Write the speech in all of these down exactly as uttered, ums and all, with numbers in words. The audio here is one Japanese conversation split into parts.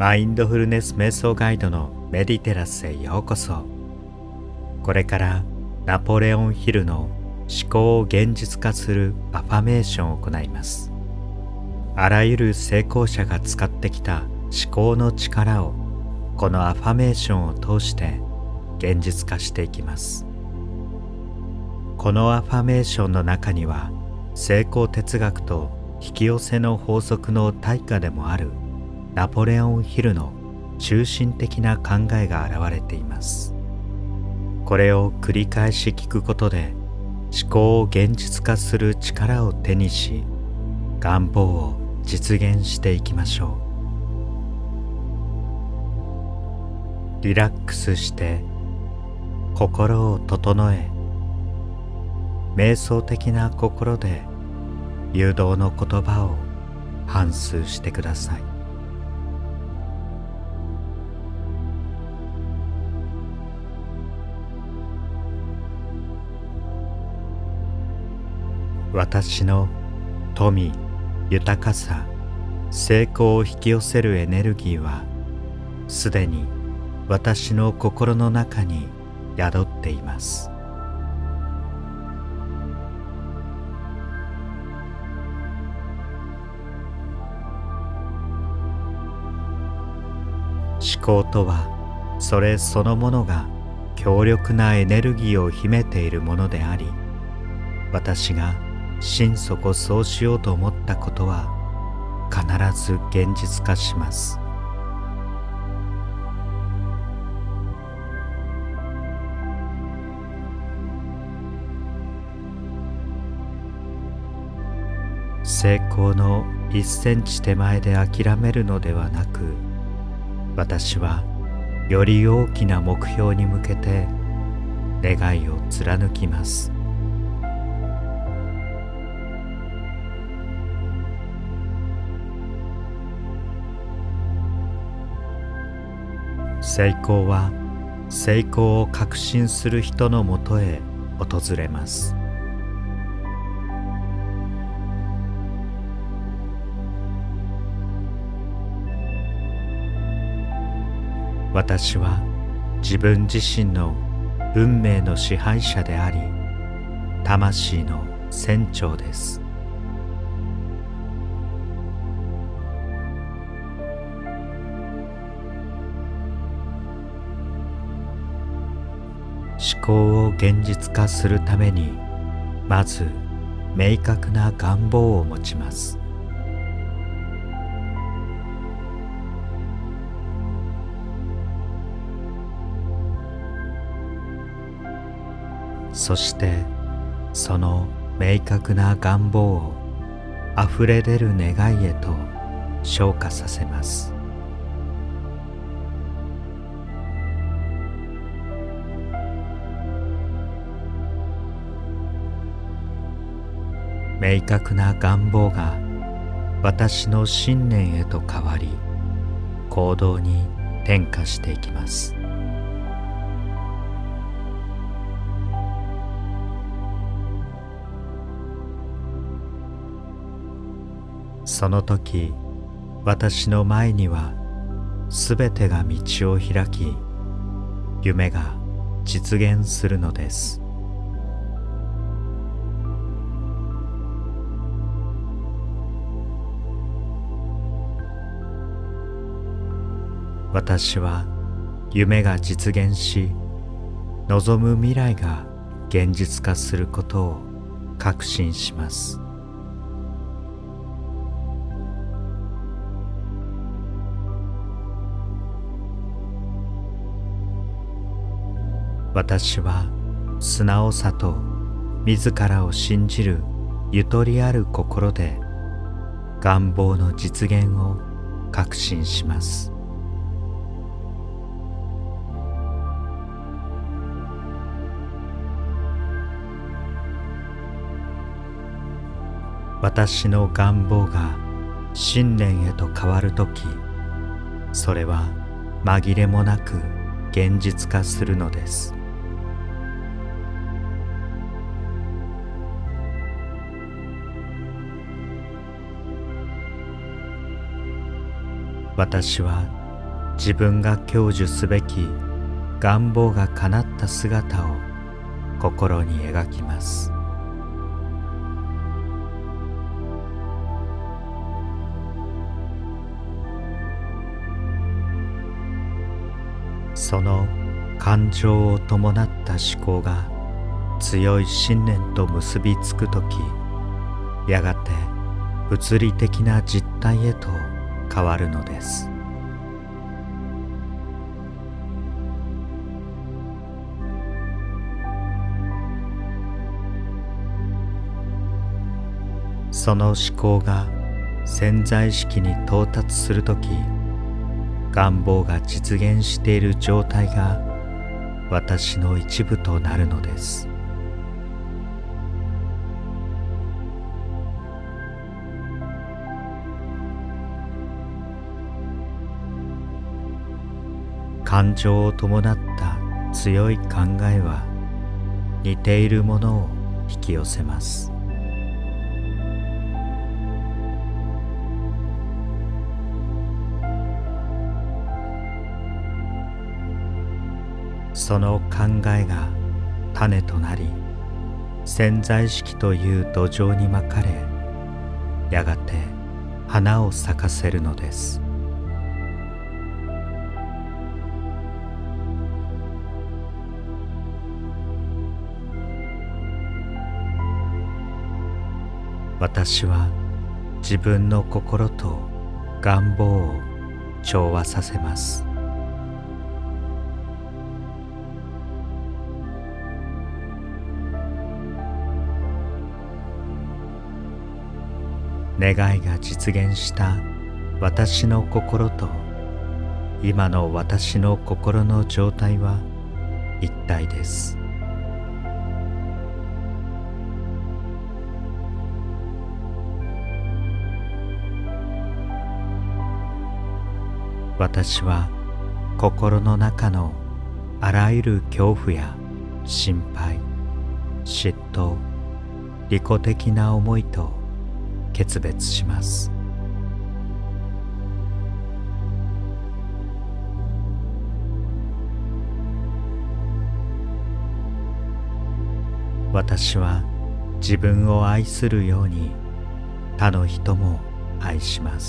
マインドフルネス瞑想ガイドのメディテラスへようこそ。これからナポレオンヒルの思考を現実化するアファメーションを行います。あらゆる成功者が使ってきた思考の力をこのアファメーションを通して現実化していきます。このアファメーションの中には成功哲学と引き寄せの法則の対価でもあるナポレオンヒルの中心的な考えが現れています。これを繰り返し聞くことで思考を現実化する力を手にし、願望を実現していきましょう。リラックスして心を整え、瞑想的な心で誘導の言葉を反芻してください。私の富、豊かさ、成功を引き寄せるエネルギーはすでに私の心の中に宿っています。思考とはそれそのものが強力なエネルギーを秘めているものであり、私が心底そうしようと思ったことは必ず現実化します。成功の一センチ手前で諦めるのではなく、私はより大きな目標に向けて願いを貫きます。成功は成功を確信する人のもとへ訪れます。私は自分自身の運命の支配者であり、魂の船長です。思考を現実化するために、まず明確な願望を持ちます。そしてその明確な願望をあふれ出る願いへと昇華させます。明確な願望が私の信念へと変わり、行動に転化していきます。その時、私の前にはすべてが道を開き、夢が実現するのです。私は夢が実現し、望む未来が現実化することを確信します。私は素直さと自らを信じるゆとりある心で願望の実現を確信します。私の願望が信念へと変わるとき、それは紛れもなく現実化するのです。私は自分が享受すべき願望が叶った姿を心に描きます。その感情を伴った思考が強い信念と結びつくとき、やがて物理的な実体へと変わるのです。その思考が潜在意識に到達するとき、願望が実現している状態が私の一部となるのです。感情を伴った強い考えは似ているものを引き寄せます。その考えが種となり、潜在意識という土壌にまかれ、やがて花を咲かせるのです。私は自分の心と願望を調和させます。願いが実現した私の心と今の私の心の状態は一体です。私は心の中のあらゆる恐怖や心配、嫉妬、利己的な思いと決別します。私は自分を愛するように他の人も愛します。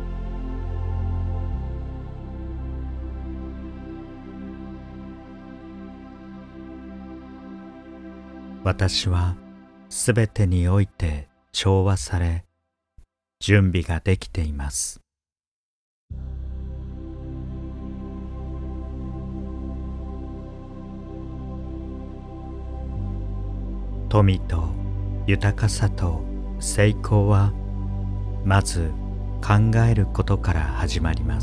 私はすべてにおいて調和され、準備ができています。富と豊かさと成功はまず考えることから始まります。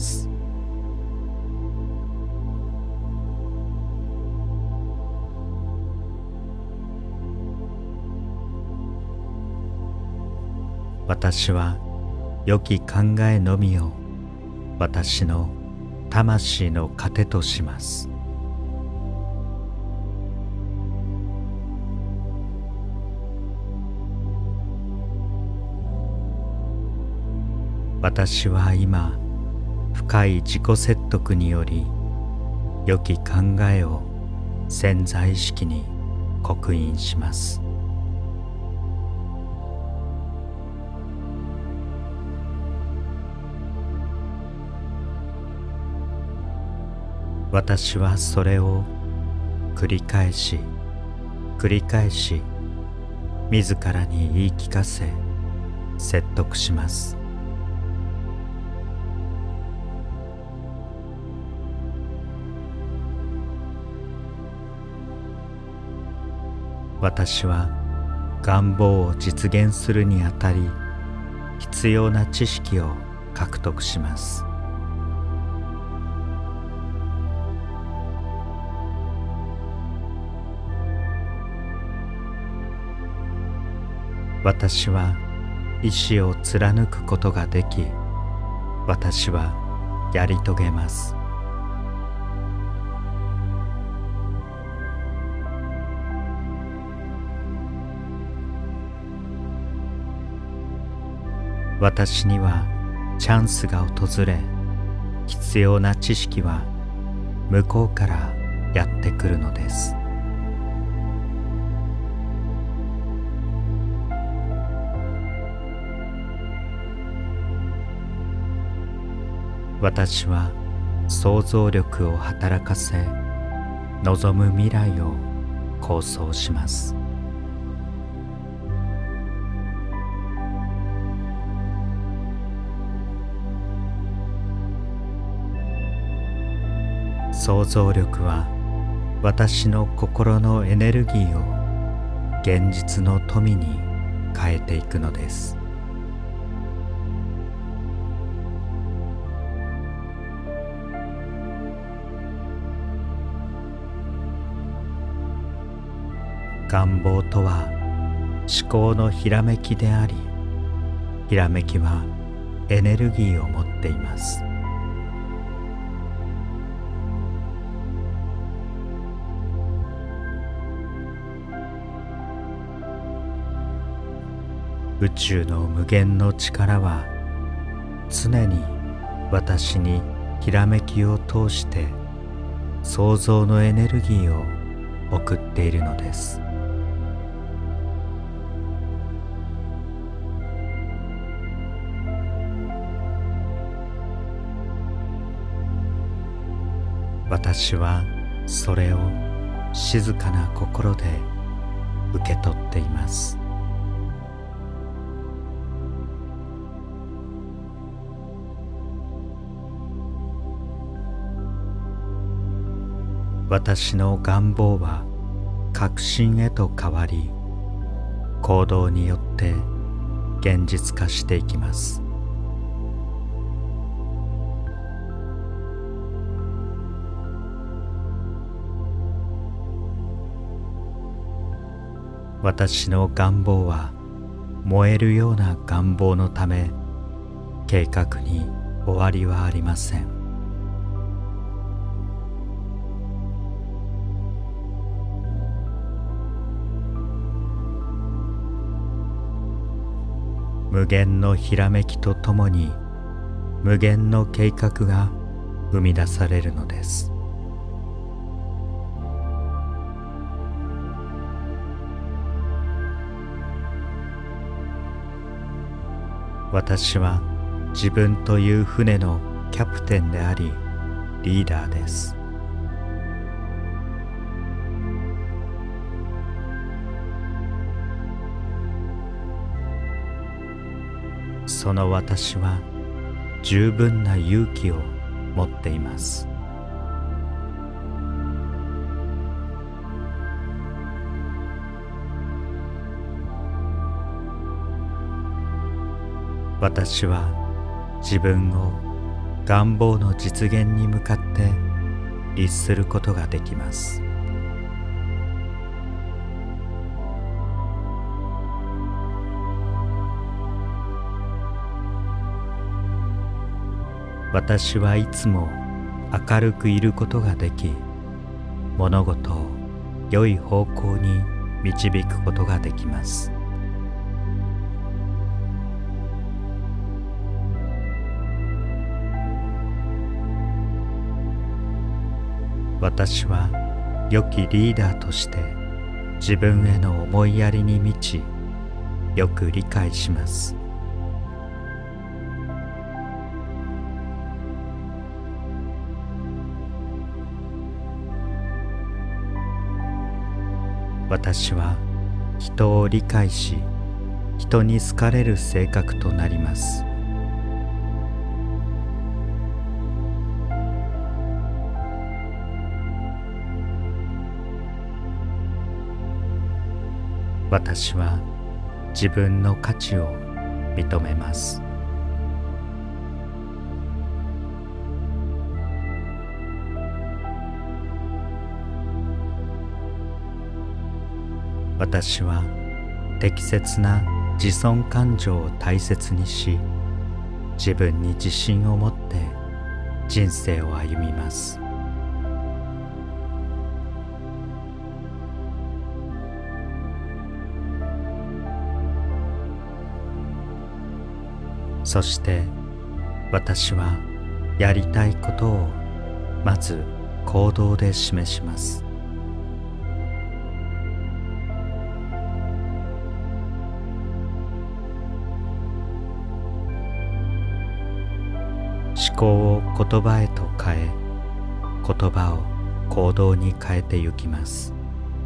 私は良き考えのみを私の魂の糧とします。私は今深い自己説得により良き考えを潜在意識に刻印します。私はそれを繰り返し繰り返し自らに言い聞かせ説得します。私は願望を実現するにあたり必要な知識を獲得します。私は意志を貫くことができ、私はやり遂げます。私にはチャンスが訪れ、 必要な知識は向こうからやってくるのです。私は想像力を働かせ、望む未来を構想します。想像力は私の心のエネルギーを現実の富に変えていくのです。願望とは思考のひらめきであり、ひらめきはエネルギーを持っています。宇宙の無限の力は常に私にひらめきを通して創造のエネルギーを送っているのです。私はそれを静かな心で受け取っています。私の願望は確信へと変わり、行動によって現実化していきます。私の願望は燃えるような願望のため、計画に終わりはありません。無限のひらめきとともに無限の計画が生み出されるのです。私は自分という船のキャプテンでありリーダーです。その私は十分な勇気を持っています。私は自分を願望の実現に向かって律することができます。私はいつも明るくいることができ、物事を良い方向に導くことができます。私は良きリーダーとして自分への思いやりに満ち、よく理解します。私は人を理解し、人に好かれる性格となります。私は自分の価値を認めます。私は適切な自尊感情を大切にし、自分に自信を持って人生を歩みます。そして私はやりたいことをまず行動で示します。思考を言葉へと変え、言葉を行動に変えてゆきます。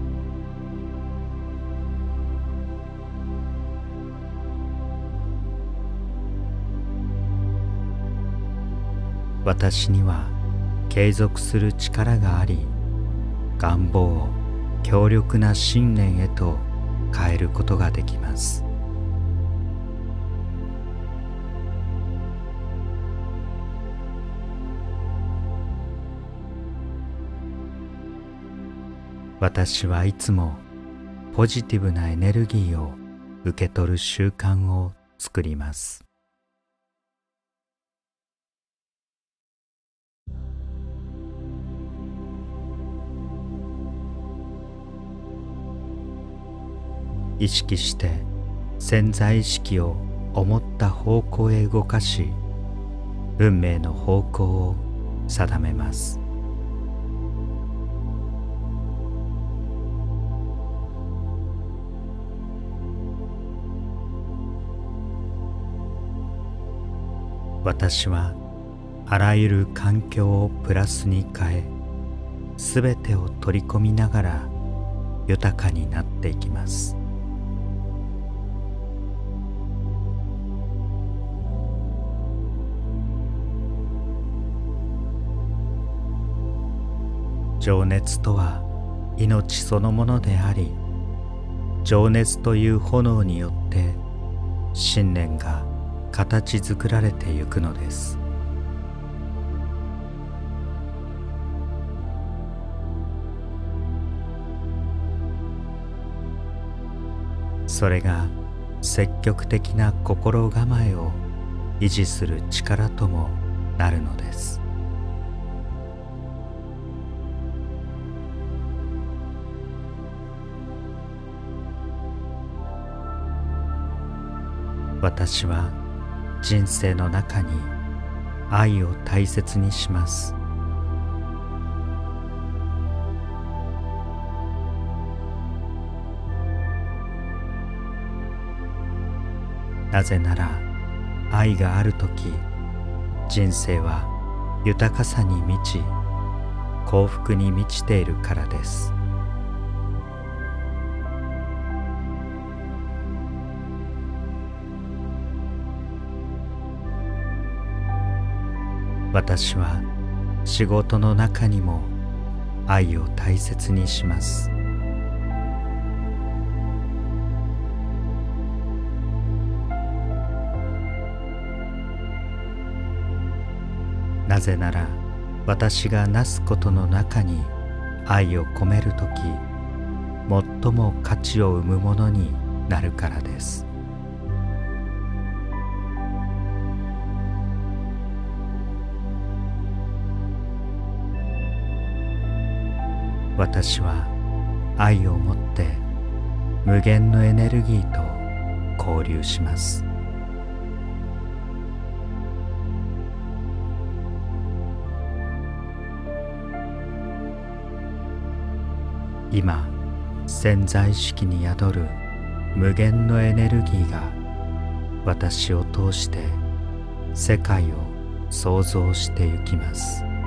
私には継続する力があり、願望を強力な信念へと変えることができます。私はいつもポジティブなエネルギーを受け取る習慣を作ります。意識して潜在意識を思った方向へ動かし、運命の方向を定めます。私はあらゆる環境をプラスに変え、すべてを取り込みながら豊かになっていきます。情熱とは命そのものであり、情熱という炎によって信念が形作られてゆくのです。それが積極的な心構えを維持する力ともなるのです。私は人生の中に愛を大切にします。なぜなら愛があるとき、人生は豊かさに満ち、幸福に満ちているからです。私は仕事の中にも愛を大切にします。なぜなら私がなすことの中に愛を込めるとき、最も価値を生むものになるからです。私は愛をもって無限のエネルギーと交流します。今、潜在意識に宿る無限のエネルギーが私を通して世界を創造してゆきます。